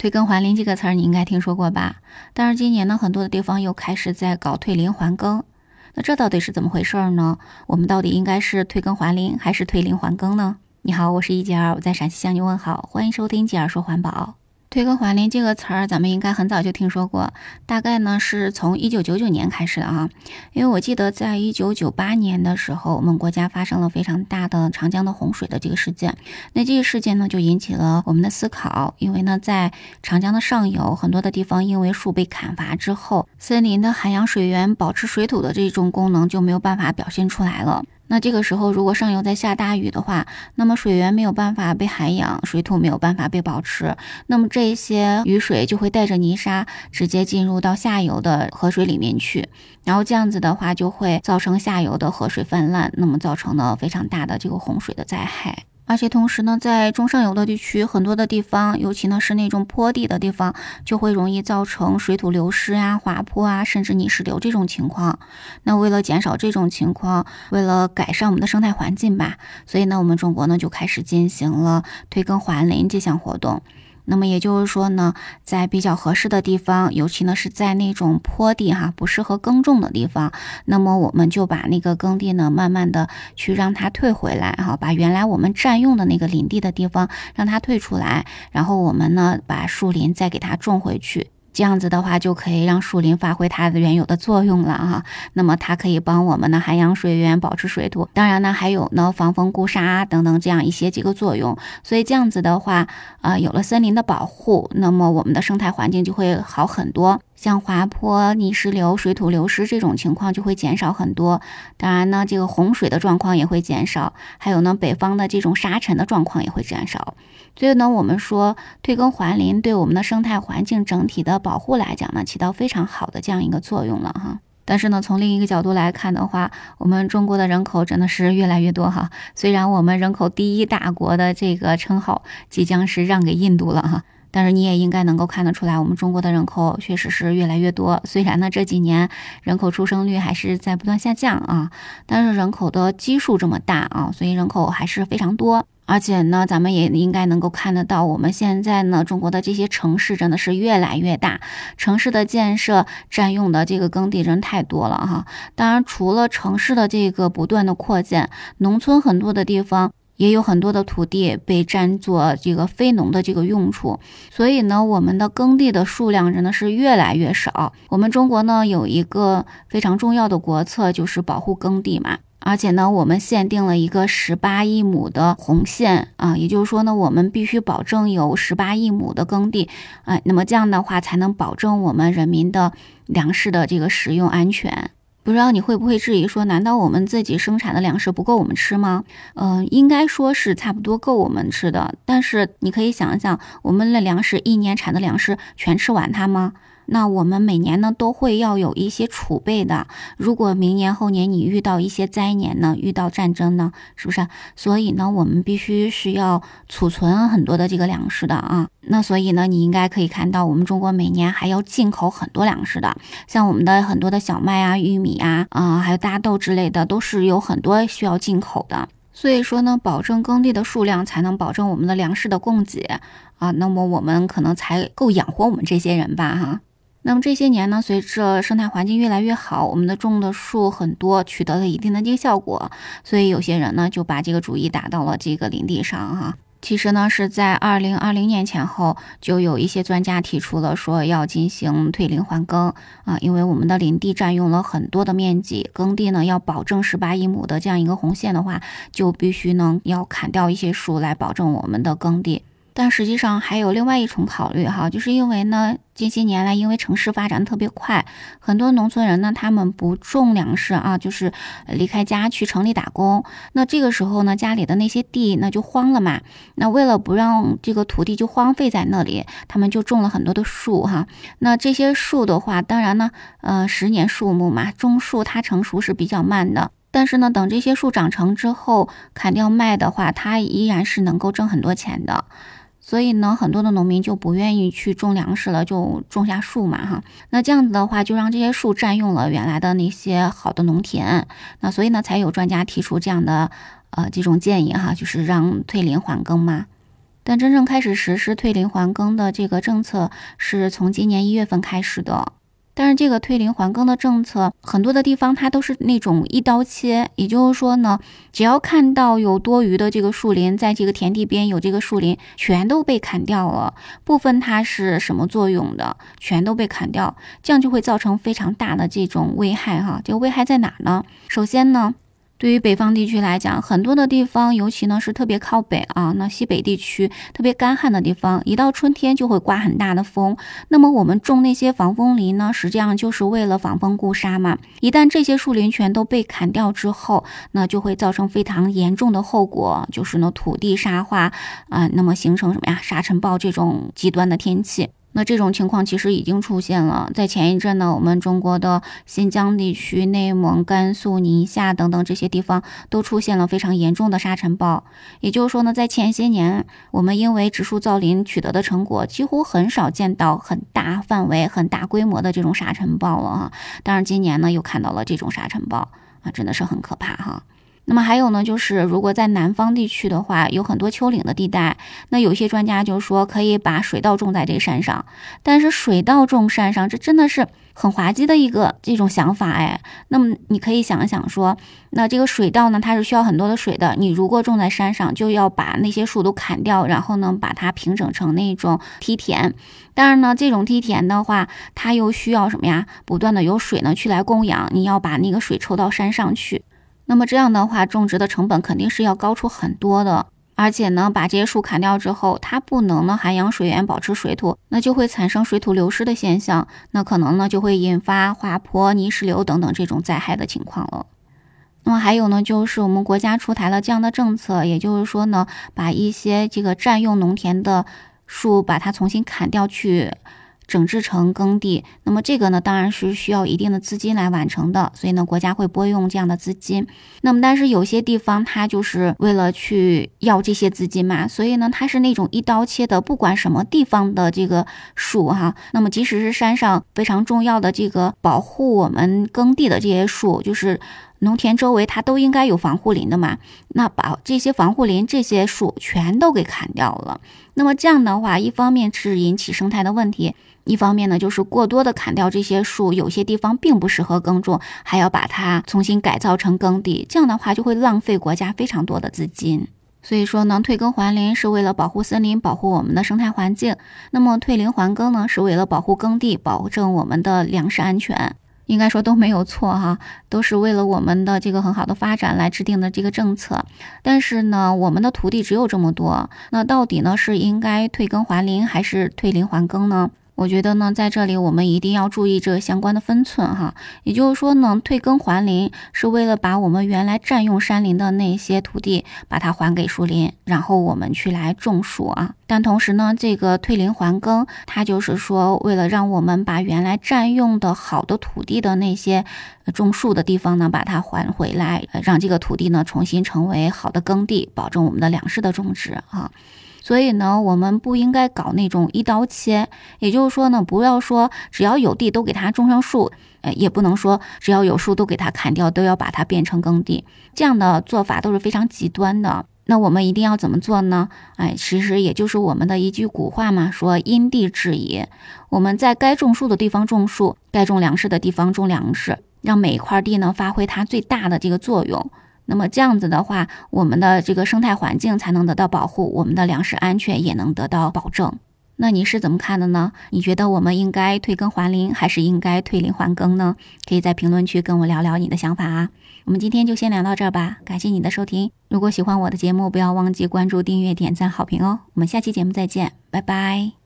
退耕还林这个词儿你应该听说过吧？但是今年呢，很多的地方又开始在搞退林还耕。那这到底是怎么回事呢？我们到底应该是退耕还林还是退林还耕呢？你好，我是一杰儿，我在陕西向你问好，欢迎收听杰儿说环保。退耕还林这个词儿，咱们应该很早就听说过，大概呢是从1999年开始的啊。因为我记得在1998年的时候，我们国家发生了非常大的长江的洪水的这个事件。那这个事件呢，就引起了我们的思考，因为呢，在长江的上游，很多的地方因为树被砍伐之后，森林的涵养水源、保持水土的这种功能就没有办法表现出来了。那这个时候如果上游在下大雨的话，那么水源没有办法被涵养，水土没有办法被保持，那么这些雨水就会带着泥沙直接进入到下游的河水里面去，然后这样子的话就会造成下游的河水泛滥，那么造成了非常大的这个洪水的灾害。而且同时呢，在中上游的地区，很多的地方，尤其呢是那种坡地的地方，就会容易造成水土流失啊、滑坡啊，甚至泥石流这种情况。那为了减少这种情况，为了改善我们的生态环境吧，所以呢，我们中国呢就开始进行了退耕还林这项活动。那么也就是说呢，在比较合适的地方，尤其呢是在那种坡地不适合耕种的地方，那么我们就把那个耕地呢慢慢的去让它退回来把原来我们占用的那个林地的地方让它退出来，然后我们呢把树林再给它种回去。这样子的话就可以让树林发挥它的原有的作用了那么它可以帮我们呢涵养水源、保持水土，当然呢还有呢防风固沙等等这样一些几个作用。所以这样子的话有了森林的保护，那么我们的生态环境就会好很多，像滑坡、泥石流、水土流失这种情况就会减少很多。当然呢这个洪水的状况也会减少，还有呢北方的这种沙尘的状况也会减少。所以呢我们说退耕还林对我们的生态环境整体的保护来讲呢，起到非常好的这样一个作用了但是呢，从另一个角度来看的话，我们中国的人口真的是越来越多虽然我们人口第一大国的这个称号即将是让给印度了但是你也应该能够看得出来，我们中国的人口确实是越来越多。虽然呢这几年人口出生率还是在不断下降但是人口的基数这么大所以人口还是非常多。而且呢咱们也应该能够看得到，我们现在呢中国的这些城市真的是越来越大，城市的建设占用的这个耕地真太多了当然除了城市的这个不断的扩建，农村很多的地方也有很多的土地被占作这个非农的这个用处，所以呢我们的耕地的数量真的是越来越少。我们中国呢有一个非常重要的国策，就是保护耕地嘛，而且呢我们限定了一个18亿亩的红线也就是说呢我们必须保证有18亿亩的耕地那么这样的话才能保证我们人民的粮食的这个食用安全。不知道你会不会质疑说，难道我们自己生产的粮食不够我们吃吗？应该说是差不多够我们吃的，但是你可以想一想，我们的粮食一年产的粮食全吃完它吗？那我们每年呢都会要有一些储备的，如果明年后年你遇到一些灾年呢，遇到战争呢，是不是？所以呢我们必须是要储存很多的这个粮食的那所以呢你应该可以看到，我们中国每年还要进口很多粮食的，像我们的很多的小麦玉米还有大豆之类的，都是有很多需要进口的。所以说呢，保证耕地的数量才能保证我们的粮食的供给那么我们可能才够养活我们这些人吧那么这些年呢，随着生态环境越来越好，我们的种的树很多，取得了一定的这个效果，所以有些人呢就把这个主意打到了这个林地上其实呢是在2020年前后，就有一些专家提出了说要进行退林还耕因为我们的林地占用了很多的面积，耕地呢要保证18亿亩的这样一个红线的话，就必须呢要砍掉一些树来保证我们的耕地。但实际上还有另外一重考虑就是因为呢近些年来因为城市发展特别快，很多农村人呢他们不种粮食就是离开家去城里打工，那这个时候呢家里的那些地那就荒了嘛，那为了不让这个土地就荒废在那里，他们就种了很多的树那这些树的话，当然呢10年树木嘛，种树它成熟是比较慢的，但是呢等这些树长成之后砍掉卖的话，它依然是能够挣很多钱的。所以呢很多的农民就不愿意去种粮食了，就种下树嘛那这样子的话就让这些树占用了原来的那些好的农田，那所以呢才有专家提出这样的这种建议就是让退林还耕嘛。 但真正开始实施退林还耕的这个政策是从今年1月份开始的。但是这个退林还耕的政策，很多的地方它都是那种一刀切，也就是说呢，只要看到有多余的这个树林，在这个田地边有这个树林，全都被砍掉了，不分它是什么作用的，全都被砍掉，这样就会造成非常大的这种危害哈。这个危害在哪呢？首先呢，对于北方地区来讲，很多的地方，尤其呢是特别靠北啊，那西北地区特别干旱的地方，一到春天就会刮很大的风。那么我们种那些防风林呢，实际上就是为了防风固沙嘛。一旦这些树林全都被砍掉之后，那就会造成非常严重的后果，就是呢土地沙化那么形成什么呀？沙尘暴这种极端的天气。那这种情况其实已经出现了，在前一阵呢，我们中国的新疆地区、内蒙、甘肃、宁夏等等这些地方都出现了非常严重的沙尘暴。也就是说呢，在前些年，我们因为植树造林取得的成果，几乎很少见到很大范围、很大规模的这种沙尘暴了哈。当然，今年呢又看到了这种沙尘暴真的是很可怕哈。那么还有呢，就是如果在南方地区的话，有很多丘陵的地带，那有些专家就说可以把水稻种在这山上，但是水稻种山上，这真的是很滑稽的一个这种想法哎。那么你可以想一想说，那这个水稻呢，它是需要很多的水的，你如果种在山上，就要把那些树都砍掉，然后呢把它平整成那种梯田。当然呢，这种梯田的话，它又需要什么呀？不断的有水呢去来供养，你要把那个水抽到山上去。那么这样的话，种植的成本肯定是要高出很多的，而且呢，把这些树砍掉之后，它不能呢涵养水源，保持水土，那就会产生水土流失的现象，那可能呢就会引发滑坡、泥石流等等这种灾害的情况了。那么还有呢，就是我们国家出台了这样的政策，也就是说呢，把一些这个占用农田的树，把它重新砍掉去整治成耕地。那么这个呢，当然是需要一定的资金来完成的，所以呢，国家会拨用这样的资金。那么但是有些地方它就是为了去要这些资金嘛，所以呢，它是那种一刀切的，不管什么地方的这个树哈，那么即使是山上非常重要的这个保护我们耕地的这些树，就是农田周围它都应该有防护林的嘛，那把这些防护林这些树全都给砍掉了。那么这样的话，一方面是引起生态的问题，一方面呢就是过多的砍掉这些树，有些地方并不适合耕种，还要把它重新改造成耕地，这样的话就会浪费国家非常多的资金。所以说呢，退耕还林是为了保护森林，保护我们的生态环境。那么退林还耕呢，是为了保护耕地，保证我们的粮食安全。应该说都没有错哈，都是为了我们的这个很好的发展来制定的这个政策。但是呢，我们的土地只有这么多，那到底呢是应该退耕还林还是退林还耕呢？我觉得呢，在这里我们一定要注意这相关的分寸哈。也就是说呢，退耕还林是为了把我们原来占用山林的那些土地，把它还给树林，然后我们去来种树啊。但同时呢，这个退林还耕，它就是说为了让我们把原来占用的好的土地的那些种树的地方呢，把它还回来，让这个土地呢重新成为好的耕地，保证我们的粮食的种植啊。所以呢，我们不应该搞那种一刀切，也就是说呢，不要说只要有地都给它种上树，也不能说只要有树都给它砍掉，都要把它变成耕地，这样的做法都是非常极端的。那我们一定要怎么做呢？其实也就是我们的一句古话嘛，说因地制宜。我们在该种树的地方种树，该种粮食的地方种粮食，让每一块地呢发挥它最大的这个作用。那么这样子的话，我们的这个生态环境才能得到保护，我们的粮食安全也能得到保证。那你是怎么看的呢？你觉得我们应该退耕还林，还是应该退林还耕呢？可以在评论区跟我聊聊你的想法啊。我们今天就先聊到这儿吧，感谢你的收听。如果喜欢我的节目，不要忘记关注、订阅、点赞、好评哦。我们下期节目再见，拜拜。